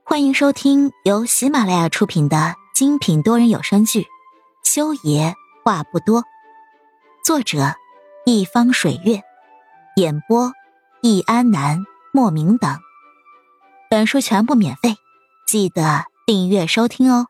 欢迎收听由喜马拉雅出品的精品多人有声剧《修爷话不多》，作者一方水月，演播易安南、莫名等。本书全部免费，记得订阅收听哦。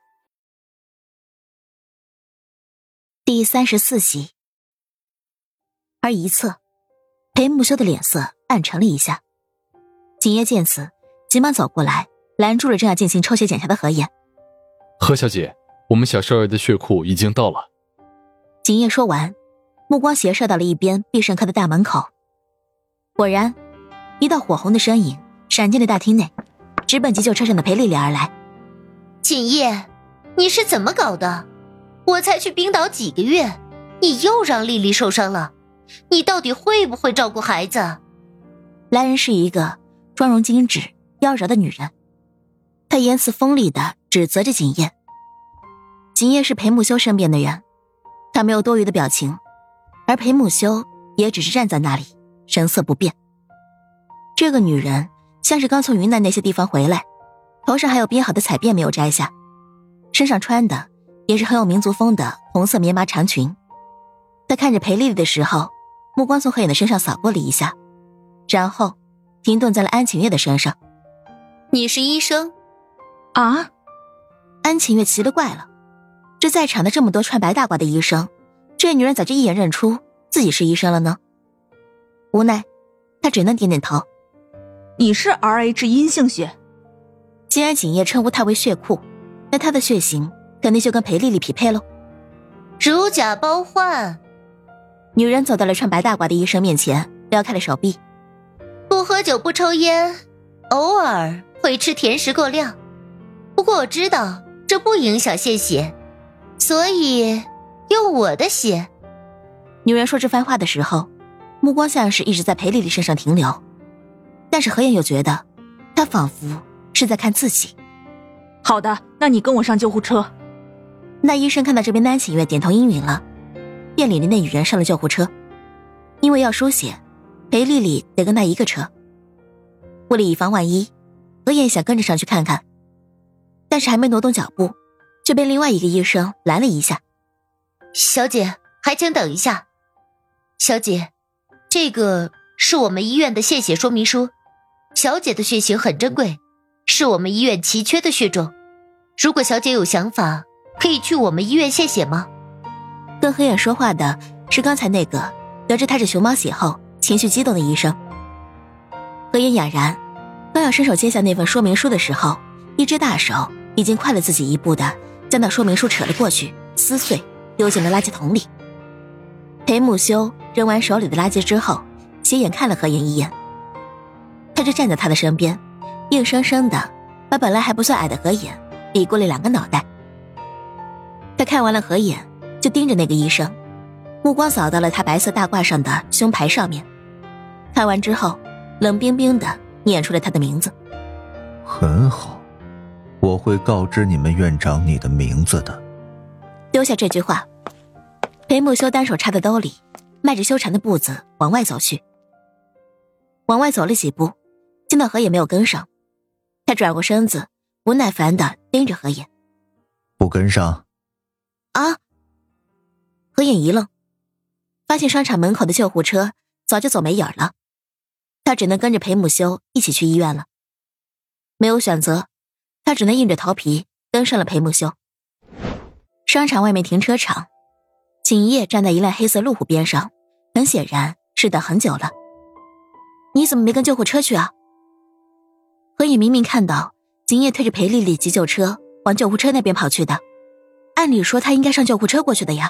第34集。而一侧，裴木修的脸色暗沉了一下。景夜见此，急忙走过来，拦住了正要进行抽血检查的何言。 何小姐，我们小少爷的血库已经到了。 景夜说完，目光斜射到了一边必胜客的大门口。果然，一道火红的身影闪进了大厅内，直奔急救车上的裴丽丽而来。 景夜，你是怎么搞的？我才去冰岛几个月，你又让丽丽受伤了，你到底会不会照顾孩子？ 来人是一个妆容精致妖娆的女人，她言辞锋利地指责着景夜。景夜是裴木修身边的人，他没有多余的表情，而裴木修也只是站在那里，神色不变。这个女人像是刚从云南那些地方回来，头上还有编好的彩辫没有摘下，身上穿的也是很有民族风的红色棉麻长裙。她看着裴丽丽的时候，目光从何眼的身上扫过了一下，然后停顿在了安晴月的身上。 你是医生？ 啊？安晴月奇了怪了，这在场的这么多穿白大褂的医生，这女人咋就一眼认出自己是医生了呢？无奈她只能点点头。 你是 Rh 阴性血。 既然景夜称呼她为血库，那她的血型肯定就跟裴丽丽匹配喽。 如假包换。 女人走到了穿白大褂的医生面前，撩开了手臂。 不喝酒不抽烟，偶尔会吃甜食过量，不过我知道这不影响献血，所以用我的血。 女人说这番话的时候，目光像是一直在裴丽丽身上停留，但是何燕又觉得她仿佛是在看自己。 好的，那你跟我上救护车。 那医生看到这边的安晴月点头应允了，便领着那女人上了救护车。因为要输血，裴丽丽得跟他一个车。为了以防万一，何燕想跟着上去看看，但是还没挪动脚步，就被另外一个医生拦了一下。 小姐，还请等一下。小姐，这个是我们医院的献血说明书，小姐的血型很珍贵，是我们医院奇缺的血种。如果小姐有想法，可以去我们医院献血吗？ 跟何燕说话的是刚才那个得知他是熊猫血后情绪激动的医生。何燕哑然，刚要伸手接下那份说明书的时候，一只大手已经快了自己一步的将那说明书扯了过去，撕碎丢进了垃圾桶里。裴木修扔完手里的垃圾之后，斜眼看了何燕一眼，他就站在他的身边，硬生生的把本来还不算矮的何燕比过了2个脑袋。他看完了何燕，就盯着那个医生，目光扫到了他白色大褂上的胸牌上面，看完之后冷冰冰的念出了他的名字。 很好，我会告知你们院长你的名字的。 丢下这句话，裴木修单手插在兜里，迈着修长的步子往外走去。往外走了几步，见到何野没有跟上，他转过身子，不耐烦地盯着何野。 不跟上？ 啊！何野一愣，发现商场门口的救护车早就走没影了，他只能跟着裴木修一起去医院了。没有选择，他只能硬着头皮跟上了裴木修。商场外面停车场，景夜站在一辆黑色路虎边上，很显然是等很久了。你怎么没跟救护车去啊？何野明明看到景夜推着裴丽丽急救车往救护车那边跑去的，按理说他应该上救护车过去的呀。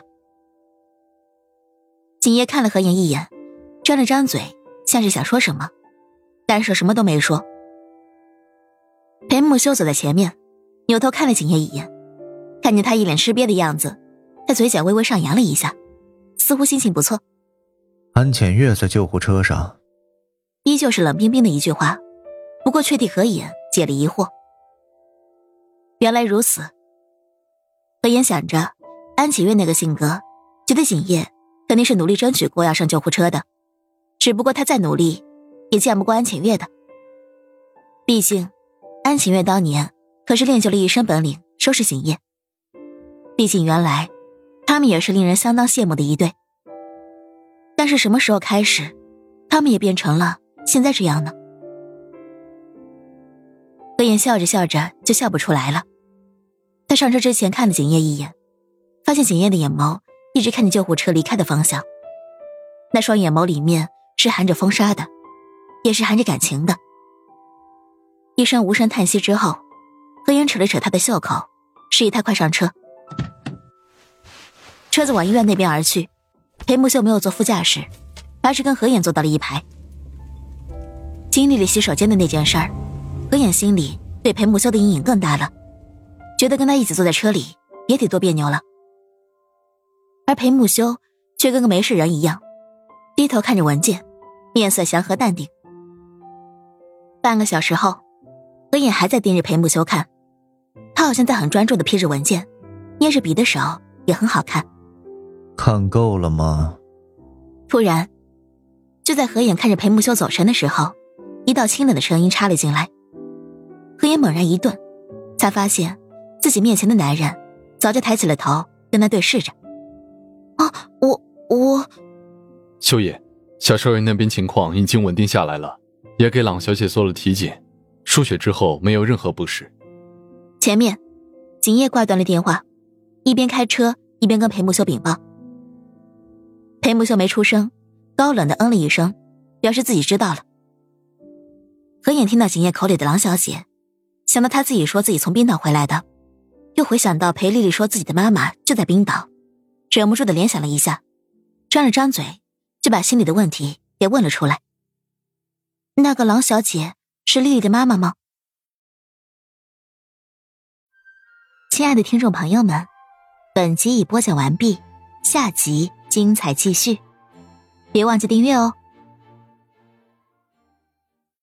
景夜看了何言一眼，张了张嘴，像是想说什么，但是什么都没说。裴木修走在前面，扭头看了景夜一眼，看见他一脸吃瘪的样子，他嘴角微微上扬了一下，似乎心情不错。 安浅月在救护车上。 依旧是冷冰冰的一句话，不过却替何言解了疑惑。原来如此。何言想着安启月那个性格，觉得景夜肯定是努力争取过要上救护车的，只不过他再努力也见不过安浅月的。毕竟安晴月当年可是练就了一身本领收拾景业。毕竟原来他们也是令人相当羡慕的一对。但是什么时候开始，他们也变成了现在这样呢？何妍笑着笑着就笑不出来了。他上车之前看了景业一眼，发现景业的眼眸一直看着救护车离开的方向，那双眼眸里面是含着风沙的，也是含着感情的。一声无声叹息之后，何妍扯了扯他的袖口，示意他快上车。车子往医院那边而去，裴木秀没有坐副驾驶，而是跟何妍坐到了一排。经历了洗手间的那件事儿，何妍心里对裴木修的阴影更大了，觉得跟他一起坐在车里也得多别扭了。而裴木修却跟个没事人一样，低头看着文件，面色祥和淡定。半个小时后，何妍还在盯着裴木修看，他好像在很专注地批着文件，捏着笔的手也很好看。 看够了吗？ 突然，就在何妍看着裴木修走神的时候，一道清冷的声音插了进来。何妍猛然一顿，才发现自己面前的男人早就抬起了头跟他对视着。我修野，小少爷那边情况已经稳定下来了，也给朗小姐做了体检，输血之后没有任何不适。 前面景业挂断了电话，一边开车一边跟裴木修禀报。裴木修没出声，高冷地嗯了一声，表示自己知道了。何妍听到景业口里的郎小姐，想到他自己说自己从冰岛回来的，又回想到裴丽丽说自己的妈妈就在冰岛，忍不住地联想了一下，张了张嘴就把心里的问题给问了出来。那个郎小姐是丽丽的妈妈吗？亲爱的听众朋友们，本集已播讲完毕，下集精彩继续，别忘记订阅哦。